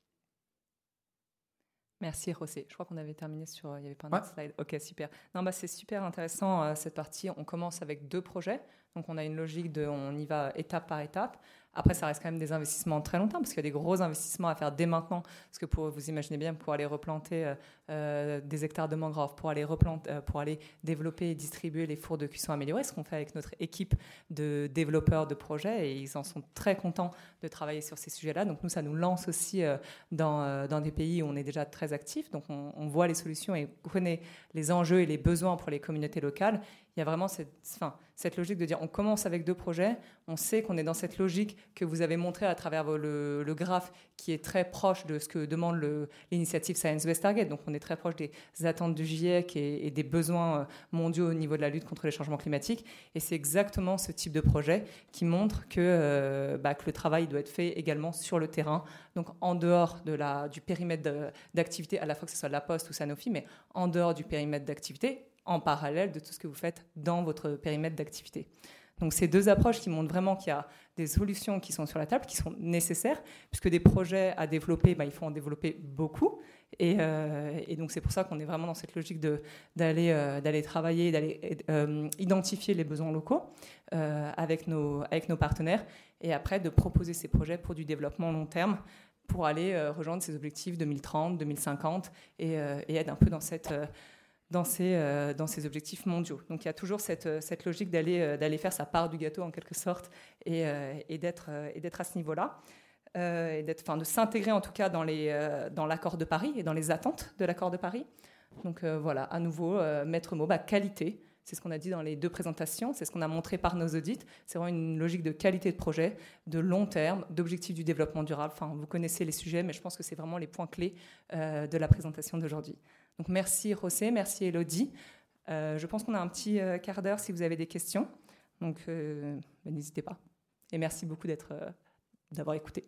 Merci José. Je crois qu'on avait terminé sur... Il n'y avait pas un ouais. autre slide. Ok, super. Non, bah, c'est super intéressant euh, cette partie. On commence avec deux projets. Donc on a une logique de... On y va étape par étape. Après, ça reste quand même des investissements très long terme parce qu'il y a des gros investissements à faire dès maintenant. Parce que pour, vous imaginez bien, pour aller replanter euh, des hectares de mangroves, pour aller, replanter, euh, pour aller développer et distribuer les fours de cuisson améliorés, ce qu'on fait avec notre équipe de développeurs de projets, et ils en sont très contents de travailler sur ces sujets-là. Donc nous, ça nous lance aussi euh, dans, euh, dans des pays où on est déjà très actifs. Donc on, on voit les solutions et connaît les enjeux et les besoins pour les communautés locales. Il y a vraiment cette, enfin, cette logique de dire on commence avec deux projets, on sait qu'on est dans cette logique que vous avez montrée à travers le, le graphe qui est très proche de ce que demande le, l'initiative Science Based Target. Donc on est très proche des attentes du GIEC et, et des besoins mondiaux au niveau de la lutte contre les changements climatiques. Et c'est exactement ce type de projet qui montre que, euh, bah, que le travail doit être fait également sur le terrain, donc en dehors de la, du périmètre de, d'activité, à la fois que ce soit La Poste ou Sanofi, mais en dehors du périmètre d'activité, en parallèle de tout ce que vous faites dans votre périmètre d'activité. Donc ces deux approches qui montrent vraiment qu'il y a des solutions qui sont sur la table, qui sont nécessaires, puisque des projets à développer, bah, il faut en développer beaucoup. Et, euh, et donc c'est pour ça qu'on est vraiment dans cette logique de, d'aller, euh, d'aller travailler, d'aller euh, identifier les besoins locaux euh, avec, nos, avec nos partenaires, et après de proposer ces projets pour du développement long terme, pour aller euh, rejoindre ces objectifs deux mille trente, deux mille cinquante, et, euh, et être un peu dans cette... Euh, dans ces, euh, dans ces objectifs mondiaux. Donc il y a toujours cette, cette logique d'aller, euh, d'aller faire sa part du gâteau en quelque sorte et, euh, et, d'être, euh, et d'être à ce niveau-là, euh, et d'être, enfin, de s'intégrer en tout cas dans, les, euh, dans l'accord de Paris et dans les attentes de l'accord de Paris. Donc euh, voilà, à nouveau, euh, maître mot, bah, qualité. C'est ce qu'on a dit dans les deux présentations, c'est ce qu'on a montré par nos audits. C'est vraiment une logique de qualité de projet, de long terme, d'objectifs du développement durable. Enfin, vous connaissez les sujets, mais je pense que c'est vraiment les points clés euh, de la présentation d'aujourd'hui. Donc merci José, merci Elodie. Euh, je pense qu'on a un petit euh, quart d'heure si vous avez des questions. Donc euh, n'hésitez pas. Et merci beaucoup d'être, euh, d'avoir écouté.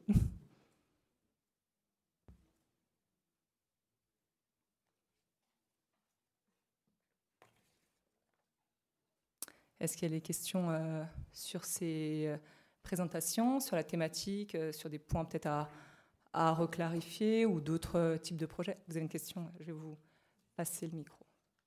Est-ce qu'il y a des questions euh, sur ces euh, présentations, sur la thématique, euh, sur des points peut-être à, à reclarifier ou d'autres euh, types de projets? Vous avez une question? Je vais vous passer le micro.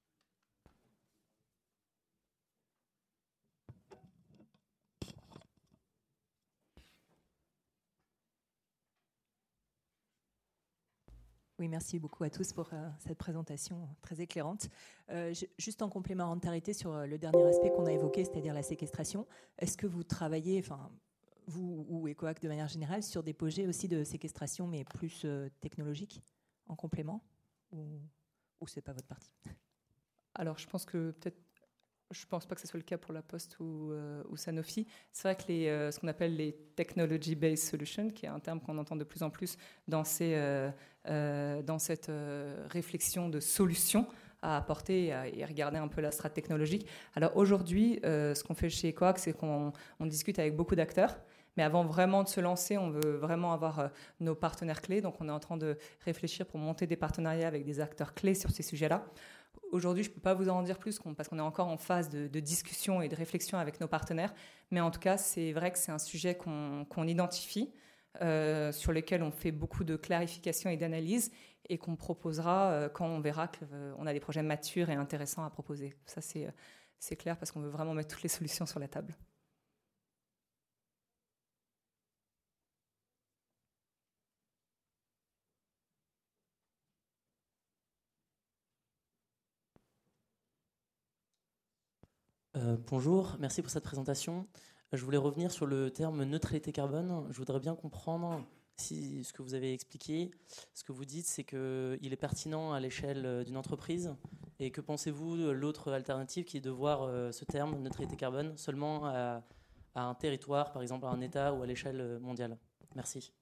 Oui, merci beaucoup à tous pour euh, cette présentation très éclairante. Euh, je, juste en complémentarité sur le dernier aspect qu'on a évoqué, c'est-à-dire la séquestration, est-ce que vous travaillez, enfin, vous ou EcoAct de manière générale, sur des projets aussi de séquestration, mais plus euh, technologiques, en complément, ou, ou c'est pas votre partie? Alors, je pense que peut-être, je pense pas que ce soit le cas pour La Poste ou, euh, ou Sanofi. C'est vrai que les, euh, ce qu'on appelle les technology-based solutions, qui est un terme qu'on entend de plus en plus dans, ces, euh, euh, dans cette euh, réflexion de solutions à apporter et, à, et regarder un peu la strate technologique. Alors aujourd'hui, euh, ce qu'on fait chez EcoAct, c'est qu'on on discute avec beaucoup d'acteurs. Mais avant vraiment de se lancer, on veut vraiment avoir euh, nos partenaires clés. Donc on est en train de réfléchir pour monter des partenariats avec des acteurs clés sur ces sujets-là. Aujourd'hui, je ne peux pas vous en dire plus parce qu'on est encore en phase de, de discussion et de réflexion avec nos partenaires. Mais en tout cas, c'est vrai que c'est un sujet qu'on, qu'on identifie, euh, sur lequel on fait beaucoup de clarification et d'analyse et qu'on proposera euh, quand on verra qu'on euh, a des projets matures et intéressants à proposer. Ça, c'est, c'est clair parce qu'on veut vraiment mettre toutes les solutions sur la table. Euh, bonjour, merci pour cette présentation. Je voulais revenir sur le terme neutralité carbone. Je voudrais bien comprendre si ce que vous avez expliqué. Ce que vous dites, c'est qu'il est pertinent à l'échelle d'une entreprise. Et que pensez-vous de l'autre alternative qui est de voir ce terme neutralité carbone seulement à, à un territoire, par exemple à un État ou à l'échelle mondiale? Merci.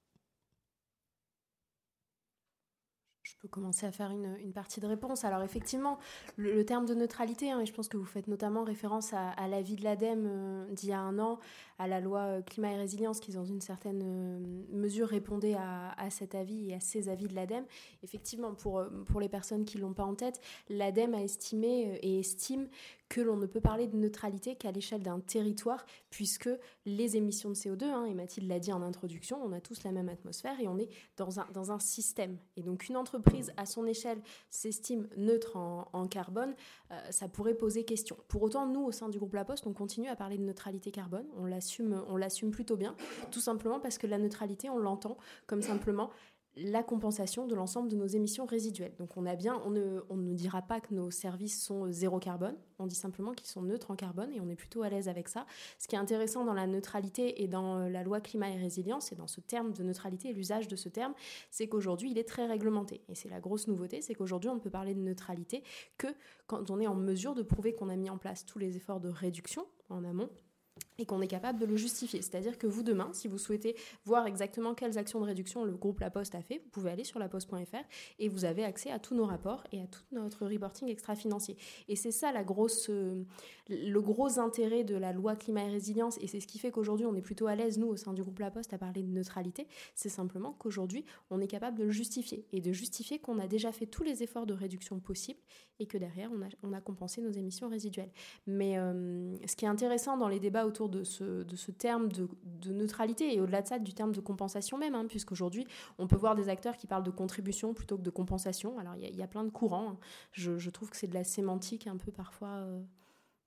Je peux commencer à faire une, une partie de réponse. Alors effectivement, le, le terme de neutralité, hein, et je pense que vous faites notamment référence à, à l'avis de l'ADEME euh, d'il y a un an, à la loi climat et résilience qui, dans une certaine euh, mesure, répondait à, à cet avis et à ces avis de l'ADEME. Effectivement, pour, pour les personnes qui ne l'ont pas en tête, l'ADEME a estimé et estime que l'on ne peut parler de neutralité qu'à l'échelle d'un territoire, puisque les émissions de C O deux, hein, et Mathilde l'a dit en introduction, on a tous la même atmosphère et on est dans un, dans un système. Et donc une entreprise à son échelle s'estime neutre en, en carbone, euh, ça pourrait poser question. Pour autant, nous, au sein du groupe La Poste, on continue à parler de neutralité carbone, on l'assume, on l'assume plutôt bien, tout simplement parce que la neutralité, on l'entend comme simplement la compensation de l'ensemble de nos émissions résiduelles. Donc on a bien, on ne, on ne dira pas que nos services sont zéro carbone, on dit simplement qu'ils sont neutres en carbone et on est plutôt à l'aise avec ça. Ce qui est intéressant dans la neutralité et dans la loi climat et résilience et dans ce terme de neutralité et l'usage de ce terme, c'est qu'aujourd'hui il est très réglementé. Et c'est la grosse nouveauté, c'est qu'aujourd'hui on ne peut parler de neutralité que quand on est en mesure de prouver qu'on a mis en place tous les efforts de réduction en amont et qu'on est capable de le justifier. C'est-à-dire que vous, demain, si vous souhaitez voir exactement quelles actions de réduction le groupe La Poste a fait, vous pouvez aller sur la poste point f r et vous avez accès à tous nos rapports et à tout notre reporting extra-financier. Et c'est ça la grosse, euh, le gros intérêt de la loi climat et résilience, et c'est ce qui fait qu'aujourd'hui, on est plutôt à l'aise, nous, au sein du groupe La Poste, à parler de neutralité. C'est simplement qu'aujourd'hui, on est capable de le justifier, et de justifier qu'on a déjà fait tous les efforts de réduction possibles, et que derrière, on a, on a compensé nos émissions résiduelles. Mais euh, ce qui est intéressant dans les débats autour de ce, de ce terme de, de neutralité, et au-delà de ça, du terme de compensation même, hein, puisqu'aujourd'hui, on peut voir des acteurs qui parlent de contribution plutôt que de compensation. Alors, il y, y a plein de courants. Hein. Je, je trouve que c'est de la sémantique un peu parfois... Euh,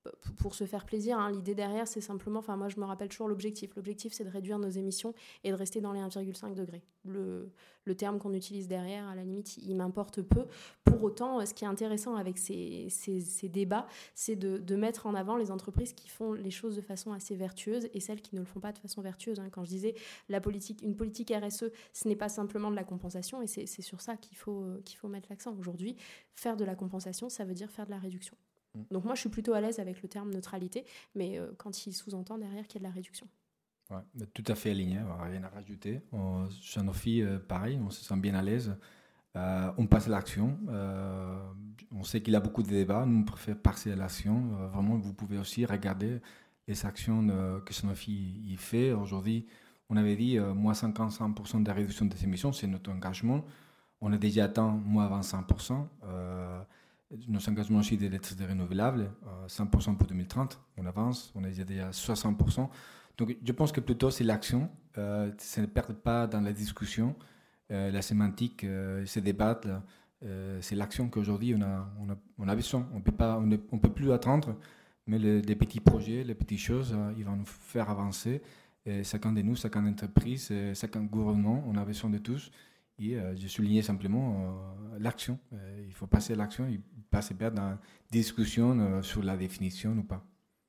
pour se faire plaisir, hein. L'idée derrière, c'est simplement, enfin moi je me rappelle toujours l'objectif. L'objectif, c'est de réduire nos émissions et de rester dans les un virgule cinq degrés. Le, le terme qu'on utilise derrière, à la limite, il m'importe peu. Pour autant, ce qui est intéressant avec ces, ces, ces débats, c'est de, de mettre en avant les entreprises qui font les choses de façon assez vertueuse et celles qui ne le font pas de façon vertueuse, hein. Quand je disais la politique, une politique R S E, ce n'est pas simplement de la compensation, et c'est, c'est sur ça qu'il faut, qu'il faut mettre l'accent. Aujourd'hui, faire de la compensation, ça veut dire faire de la réduction. Donc moi, je suis plutôt à l'aise avec le terme neutralité, mais euh, quand il sous-entend derrière qu'il y a de la réduction. Ouais, tout à fait aligné, rien à rajouter. On, Sanofi, euh, pareil, on se sent bien à l'aise. Euh, on passe à l'action. Euh, on sait qu'il y a beaucoup de débats. Nous, on préfère passer à l'action. Euh, vraiment, vous pouvez aussi regarder les actions euh, que Sanofi y fait. Aujourd'hui, on avait dit euh, moins cinquante-cinq pour cent de réduction des émissions, c'est notre engagement. On a déjà atteint moins vingt-cinq pour cent. Euh, Nos engagements aussi d'électricité renouvelable, euh, cent pour cent pour deux mille trente, on avance, on est déjà à soixante pour cent. Donc je pense que plutôt c'est l'action, euh, ça ne perd pas dans la discussion, euh, la sémantique, euh, ces débats, euh, c'est l'action qu'aujourd'hui on a, on a, on a besoin. On peut pas, on ne on peut plus attendre, mais le, les petits projets, les petites choses, euh, ils vont nous faire avancer. Et chacun de nous, chacun d'entreprise, chacun gouvernement, on a besoin de tous. Et euh, je soulignais simplement euh, l'action. Euh, il faut passer à l'action, il ne faut pas se perdre dans la discussion euh, sur la définition ou pas.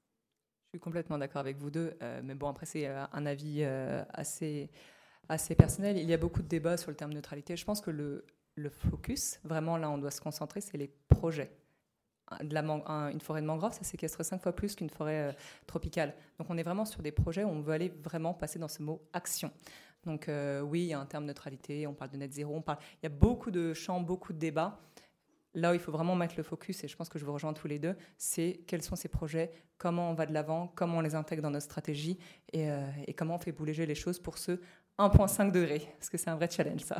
Je suis complètement d'accord avec vous deux, euh, mais bon, après, c'est euh, un avis euh, assez, assez personnel. Il y a beaucoup de débats sur le terme neutralité. Je pense que le, le focus, vraiment, là, on doit se concentrer, c'est les projets. De la man- un, une forêt de mangrove, ça séquestre cinq fois plus qu'une forêt euh, tropicale. Donc, on est vraiment sur des projets où on veut aller vraiment passer dans ce mot action. Donc euh, oui, il y a un terme neutralité, on parle de net zéro, on parle, il y a beaucoup de champs, beaucoup de débats. Là où il faut vraiment mettre le focus, et je pense que je vous rejoins tous les deux, c'est quels sont ces projets, comment on va de l'avant, comment on les intègre dans notre stratégie et, euh, et comment on fait bouger les choses pour ce un virgule cinq degrés, parce que c'est un vrai challenge ça.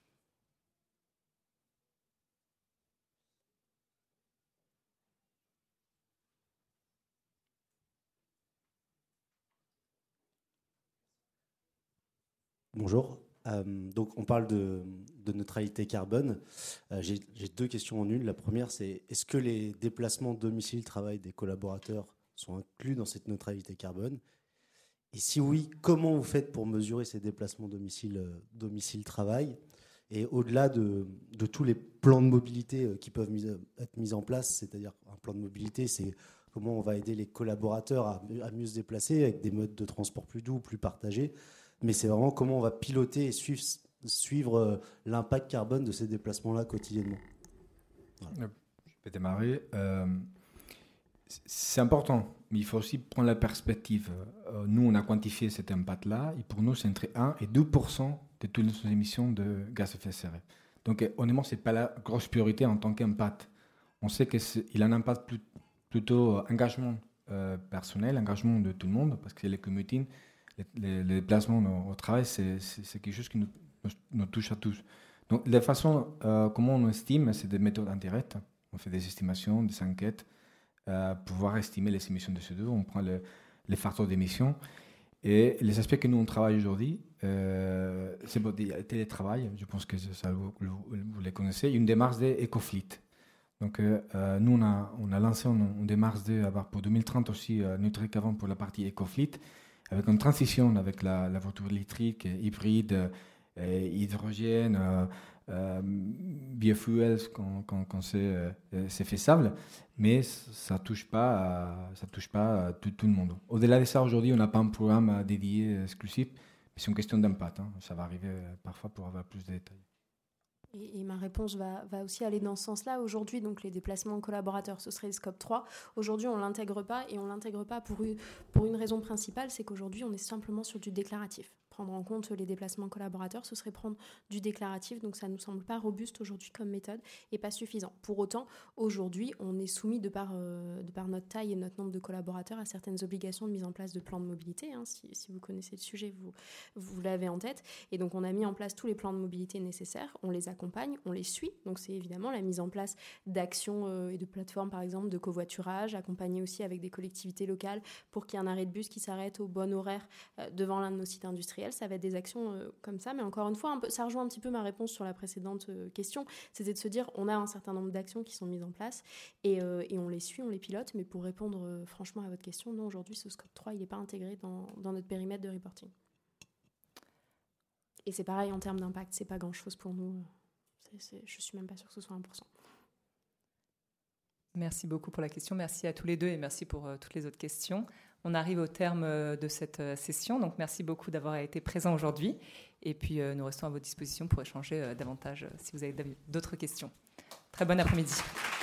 Bonjour. Euh, donc, on parle de, de neutralité carbone. Euh, j'ai, j'ai deux questions en une. La première, c'est est-ce que les déplacements domicile-travail des collaborateurs sont inclus dans cette neutralité carbone? Et si oui, comment vous faites pour mesurer ces déplacements domicile, euh, domicile-travail? Et au-delà de, de tous les plans de mobilité qui peuvent mis, être mis en place, c'est-à-dire un plan de mobilité, c'est comment on va aider les collaborateurs à, à mieux se déplacer avec des modes de transport plus doux, plus partagés. Mais c'est vraiment comment on va piloter et suivre, suivre l'impact carbone de ces déplacements-là quotidiennement. Voilà. Je peux démarrer. Euh, c'est important, mais il faut aussi prendre la perspective. Euh, nous, on a quantifié cet impact-là, et pour nous, c'est entre un et deux pour cent de toutes nos émissions de gaz à effet de serre. Donc, honnêtement, ce n'est pas la grosse priorité en tant qu'impact. On sait qu'il a un impact plus, plutôt euh, engagement euh, personnel, engagement de tout le monde, parce que les commuting, les, les déplacements au travail, c'est, c'est, c'est quelque chose qui nous, nous, nous touche à tous. Donc, la façon euh, comment on estime, c'est des méthodes indirectes. On fait des estimations, des enquêtes, euh, pour pouvoir estimer les émissions de C O deux. On prend le, les facteurs d'émissions. Et les aspects que nous, on travaille aujourd'hui, euh, c'est le télétravail. Je pense que ça, vous, vous les connaissez. Une démarche d'EcoFleet. Donc, euh, nous, on a, on a lancé une, une démarche de, pour deux mille trente aussi, euh, neutre carbone pour la partie EcoFleet, avec une transition avec la, la voiture électrique, hybride, euh, hydrogène, euh, euh, biofuels quand, quand, quand c'est, euh, c'est faisable, mais ça ne touche pas, à, ça touche pas à tout, tout le monde. Au-delà de ça, aujourd'hui, on n'a pas un programme dédié exclusif, mais c'est une question d'impact. Hein. Ça va arriver parfois pour avoir plus de détails. Et, et ma réponse va, va aussi aller dans ce sens-là. Aujourd'hui, donc, les déplacements collaborateurs, ce serait le scope trois. Aujourd'hui, on ne l'intègre pas, et on ne l'intègre pas pour une, pour une raison principale, c'est qu'aujourd'hui, on est simplement sur du déclaratif. Prendre en compte les déplacements collaborateurs, ce serait prendre du déclaratif, donc ça ne nous semble pas robuste aujourd'hui comme méthode et pas suffisant. Pour autant, aujourd'hui, on est soumis de par, euh, de par notre taille et notre nombre de collaborateurs à certaines obligations de mise en place de plans de mobilité. Hein. Si, si vous connaissez le sujet, vous, vous l'avez en tête. Et donc, on a mis en place tous les plans de mobilité nécessaires, on les accompagne, on les suit. Donc, c'est évidemment la mise en place d'actions euh, et de plateformes, par exemple, de covoiturage, accompagnées aussi avec des collectivités locales pour qu'il y ait un arrêt de bus qui s'arrête au bon horaire euh, devant l'un de nos sites industriels. industriels, ça va être des actions euh, comme ça. Mais encore une fois, un peu, ça rejoint un petit peu ma réponse sur la précédente euh, question. C'était de se dire, on a un certain nombre d'actions qui sont mises en place et, euh, et on les suit, on les pilote. Mais pour répondre euh, franchement à votre question, non, aujourd'hui, ce scope trois, il n'est pas intégré dans, dans notre périmètre de reporting. Et c'est pareil en termes d'impact, c'est pas grand-chose pour nous. C'est, c'est, je suis même pas sûre que ce soit un pour cent. Merci beaucoup pour la question. Merci à tous les deux et merci pour euh, toutes les autres questions. On arrive au terme euh, de cette euh, session, donc merci beaucoup d'avoir été présents aujourd'hui. Et puis euh, nous restons à votre disposition pour échanger euh, davantage euh, si vous avez d'autres questions. Très bon après-midi.